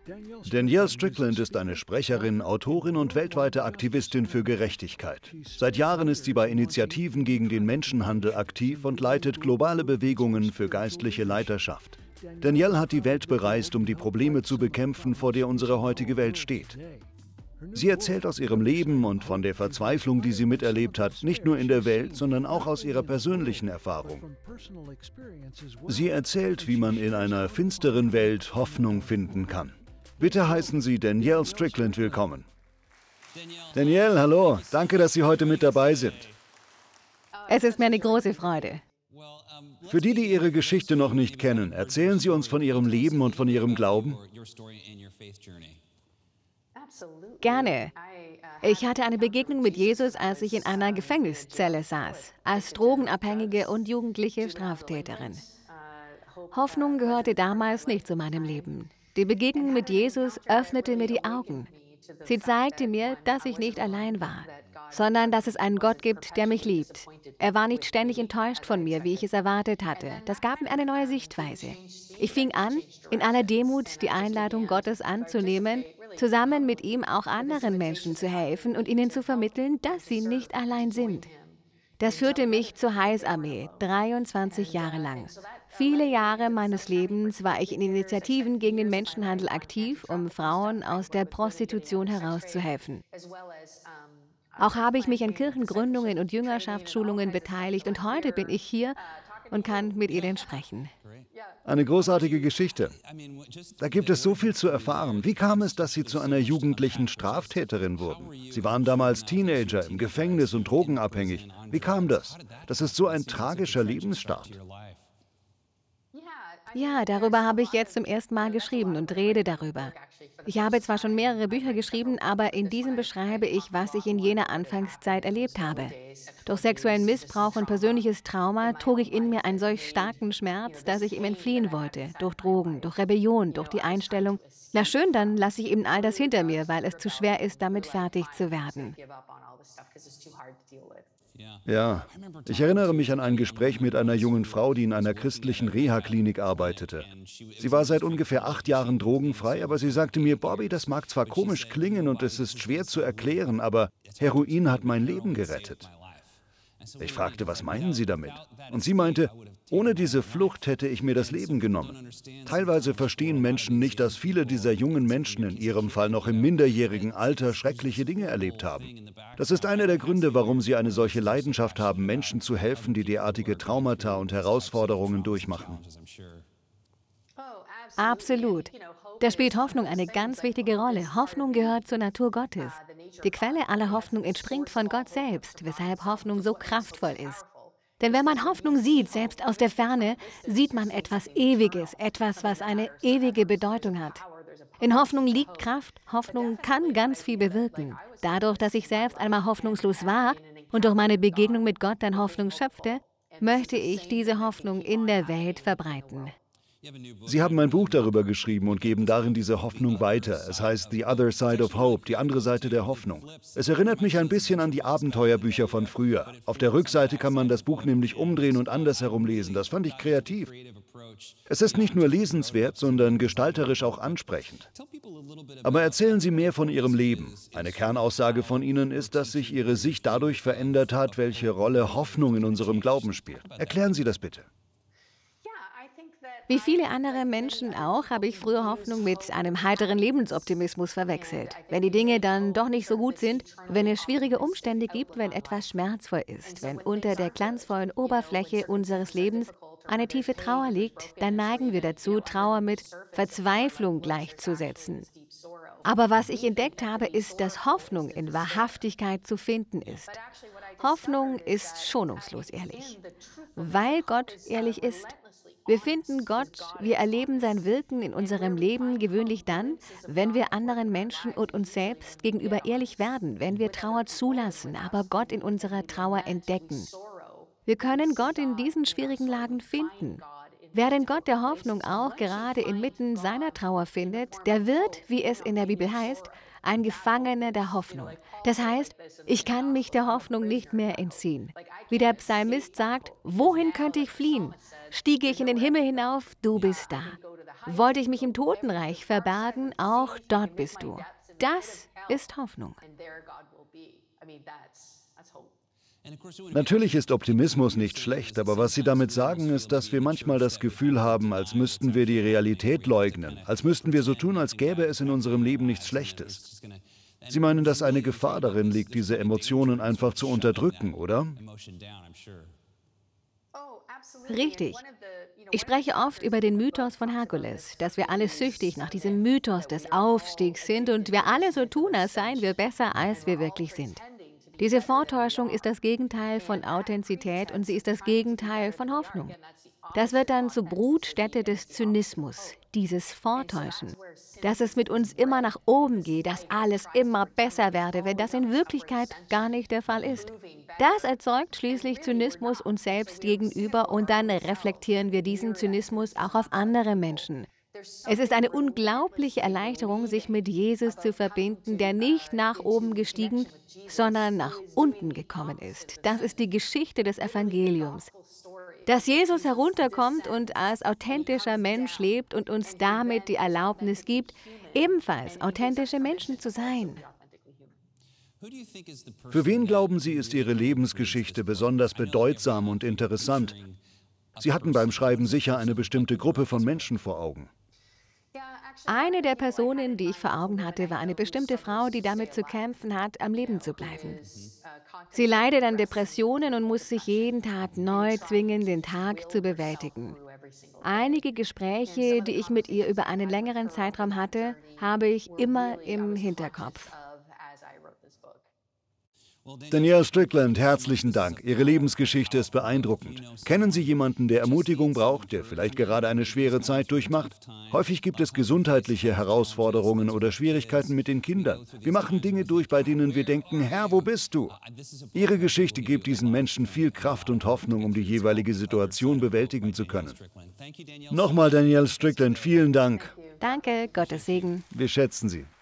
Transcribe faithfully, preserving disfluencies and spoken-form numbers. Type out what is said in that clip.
Danielle Strickland ist eine Sprecherin, Autorin und weltweite Aktivistin für Gerechtigkeit. Seit Jahren ist sie bei Initiativen gegen den Menschenhandel aktiv und leitet globale Bewegungen für geistliche Leiterschaft. Danielle hat die Welt bereist, um die Probleme zu bekämpfen, vor der unsere heutige Welt steht. Sie erzählt aus ihrem Leben und von der Verzweiflung, die sie miterlebt hat, nicht nur in der Welt, sondern auch aus ihrer persönlichen Erfahrung. Sie erzählt, wie man in einer finsteren Welt Hoffnung finden kann. Bitte heißen Sie Danielle Strickland willkommen. Danielle, hallo. Danke, dass Sie heute mit dabei sind. Es ist mir eine große Freude. Für die, die Ihre Geschichte noch nicht kennen, erzählen Sie uns von Ihrem Leben und von Ihrem Glauben. Gerne. Ich hatte eine Begegnung mit Jesus, als ich in einer Gefängniszelle saß, als drogenabhängige und jugendliche Straftäterin. Hoffnung gehörte damals nicht zu meinem Leben. Die Begegnung mit Jesus öffnete mir die Augen. Sie zeigte mir, dass ich nicht allein war, sondern dass es einen Gott gibt, der mich liebt. Er war nicht ständig enttäuscht von mir, wie ich es erwartet hatte. Das gab mir eine neue Sichtweise. Ich fing an, in aller Demut die Einladung Gottes anzunehmen, zusammen mit ihm auch anderen Menschen zu helfen und ihnen zu vermitteln, dass sie nicht allein sind. Das führte mich zur Heilsarmee, dreiundzwanzig Jahre lang. Viele Jahre meines Lebens war ich in Initiativen gegen den Menschenhandel aktiv, um Frauen aus der Prostitution herauszuhelfen. Auch habe ich mich an Kirchengründungen und Jüngerschaftsschulungen beteiligt und heute bin ich hier und kann mit Ihnen sprechen. Eine großartige Geschichte. Da gibt es so viel zu erfahren. Wie kam es, dass Sie zu einer jugendlichen Straftäterin wurden? Sie waren damals Teenager, im Gefängnis und drogenabhängig. Wie kam das? Das ist so ein tragischer Lebensstart. Ja, darüber habe ich jetzt zum ersten Mal geschrieben und rede darüber. Ich habe zwar schon mehrere Bücher geschrieben, aber in diesem beschreibe ich, was ich in jener Anfangszeit erlebt habe. Durch sexuellen Missbrauch und persönliches Trauma trug ich in mir einen solch starken Schmerz, dass ich ihm entfliehen wollte. Durch Drogen, durch Rebellion, durch die Einstellung. Na schön, dann lasse ich eben all das hinter mir, weil es zu schwer ist, damit fertig zu werden. Ja, ich erinnere mich an ein Gespräch mit einer jungen Frau, die in einer christlichen Reha-Klinik arbeitete. Sie war seit ungefähr acht Jahren drogenfrei, aber sie sagte mir, Bobby, das mag zwar komisch klingen und es ist schwer zu erklären, aber Heroin hat mein Leben gerettet. Ich fragte, was meinen Sie damit? Und sie meinte, ohne diese Flucht hätte ich mir das Leben genommen. Teilweise verstehen Menschen nicht, dass viele dieser jungen Menschen in ihrem Fall noch im minderjährigen Alter schreckliche Dinge erlebt haben. Das ist einer der Gründe, warum sie eine solche Leidenschaft haben, Menschen zu helfen, die derartige Traumata und Herausforderungen durchmachen. Absolut. Da spielt Hoffnung eine ganz wichtige Rolle. Hoffnung gehört zur Natur Gottes. Die Quelle aller Hoffnung entspringt von Gott selbst, weshalb Hoffnung so kraftvoll ist. Denn wenn man Hoffnung sieht, selbst aus der Ferne, sieht man etwas Ewiges, etwas, was eine ewige Bedeutung hat. In Hoffnung liegt Kraft. Hoffnung kann ganz viel bewirken. Dadurch, dass ich selbst einmal hoffnungslos war und durch meine Begegnung mit Gott dann Hoffnung schöpfte, möchte ich diese Hoffnung in der Welt verbreiten. Sie haben ein Buch darüber geschrieben und geben darin diese Hoffnung weiter. Es heißt The Other Side of Hope, die andere Seite der Hoffnung. Es erinnert mich ein bisschen an die Abenteuerbücher von früher. Auf der Rückseite kann man das Buch nämlich umdrehen und andersherum lesen. Das fand ich kreativ. Es ist nicht nur lesenswert, sondern gestalterisch auch ansprechend. Aber erzählen Sie mehr von Ihrem Leben. Eine Kernaussage von Ihnen ist, dass sich Ihre Sicht dadurch verändert hat, welche Rolle Hoffnung in unserem Glauben spielt. Erklären Sie das bitte. Wie viele andere Menschen auch, habe ich früher Hoffnung mit einem heiteren Lebensoptimismus verwechselt. Wenn die Dinge dann doch nicht so gut sind, wenn es schwierige Umstände gibt, wenn etwas schmerzvoll ist, wenn unter der glanzvollen Oberfläche unseres Lebens eine tiefe Trauer liegt, dann neigen wir dazu, Trauer mit Verzweiflung gleichzusetzen. Aber was ich entdeckt habe, ist, dass Hoffnung in Wahrhaftigkeit zu finden ist. Hoffnung ist schonungslos ehrlich, weil Gott ehrlich ist. Wir finden Gott, wir erleben sein Wirken in unserem Leben gewöhnlich dann, wenn wir anderen Menschen und uns selbst gegenüber ehrlich werden, wenn wir Trauer zulassen, aber Gott in unserer Trauer entdecken. Wir können Gott in diesen schwierigen Lagen finden. Wer den Gott der Hoffnung auch gerade inmitten seiner Trauer findet, der wird, wie es in der Bibel heißt, ein Gefangener der Hoffnung. Das heißt, ich kann mich der Hoffnung nicht mehr entziehen. Wie der Psalmist sagt, wohin könnte ich fliehen? Stiege ich in den Himmel hinauf, du bist da. Wollte ich mich im Totenreich verbergen, auch dort bist du. Das ist Hoffnung. Natürlich ist Optimismus nicht schlecht, aber was Sie damit sagen, ist, dass wir manchmal das Gefühl haben, als müssten wir die Realität leugnen, als müssten wir so tun, als gäbe es in unserem Leben nichts Schlechtes. Sie meinen, dass eine Gefahr darin liegt, diese Emotionen einfach zu unterdrücken, oder? Richtig. Ich spreche oft über den Mythos von Herkules, dass wir alle süchtig nach diesem Mythos des Aufstiegs sind und wir alle so tun, als seien wir besser, als wir wirklich sind. Diese Vortäuschung ist das Gegenteil von Authentizität und sie ist das Gegenteil von Hoffnung. Das wird dann zur Brutstätte des Zynismus, dieses Vortäuschen. Dass es mit uns immer nach oben geht, dass alles immer besser werde, wenn das in Wirklichkeit gar nicht der Fall ist. Das erzeugt schließlich Zynismus uns selbst gegenüber und dann reflektieren wir diesen Zynismus auch auf andere Menschen. Es ist eine unglaubliche Erleichterung, sich mit Jesus zu verbinden, der nicht nach oben gestiegen, sondern nach unten gekommen ist. Das ist die Geschichte des Evangeliums. Dass Jesus herunterkommt und als authentischer Mensch lebt und uns damit die Erlaubnis gibt, ebenfalls authentische Menschen zu sein. Für wen, glauben Sie, ist Ihre Lebensgeschichte besonders bedeutsam und interessant? Sie hatten beim Schreiben sicher eine bestimmte Gruppe von Menschen vor Augen. Eine der Personen, die ich vor Augen hatte, war eine bestimmte Frau, die damit zu kämpfen hat, am Leben zu bleiben. Sie leidet an Depressionen und muss sich jeden Tag neu zwingen, den Tag zu bewältigen. Einige Gespräche, die ich mit ihr über einen längeren Zeitraum hatte, habe ich immer im Hinterkopf. Danielle Strickland, herzlichen Dank. Ihre Lebensgeschichte ist beeindruckend. Kennen Sie jemanden, der Ermutigung braucht, der vielleicht gerade eine schwere Zeit durchmacht? Häufig gibt es gesundheitliche Herausforderungen oder Schwierigkeiten mit den Kindern. Wir machen Dinge durch, bei denen wir denken, Herr, wo bist du? Ihre Geschichte gibt diesen Menschen viel Kraft und Hoffnung, um die jeweilige Situation bewältigen zu können. Nochmal, Danielle Strickland, vielen Dank. Danke, Gottes Segen. Wir schätzen Sie.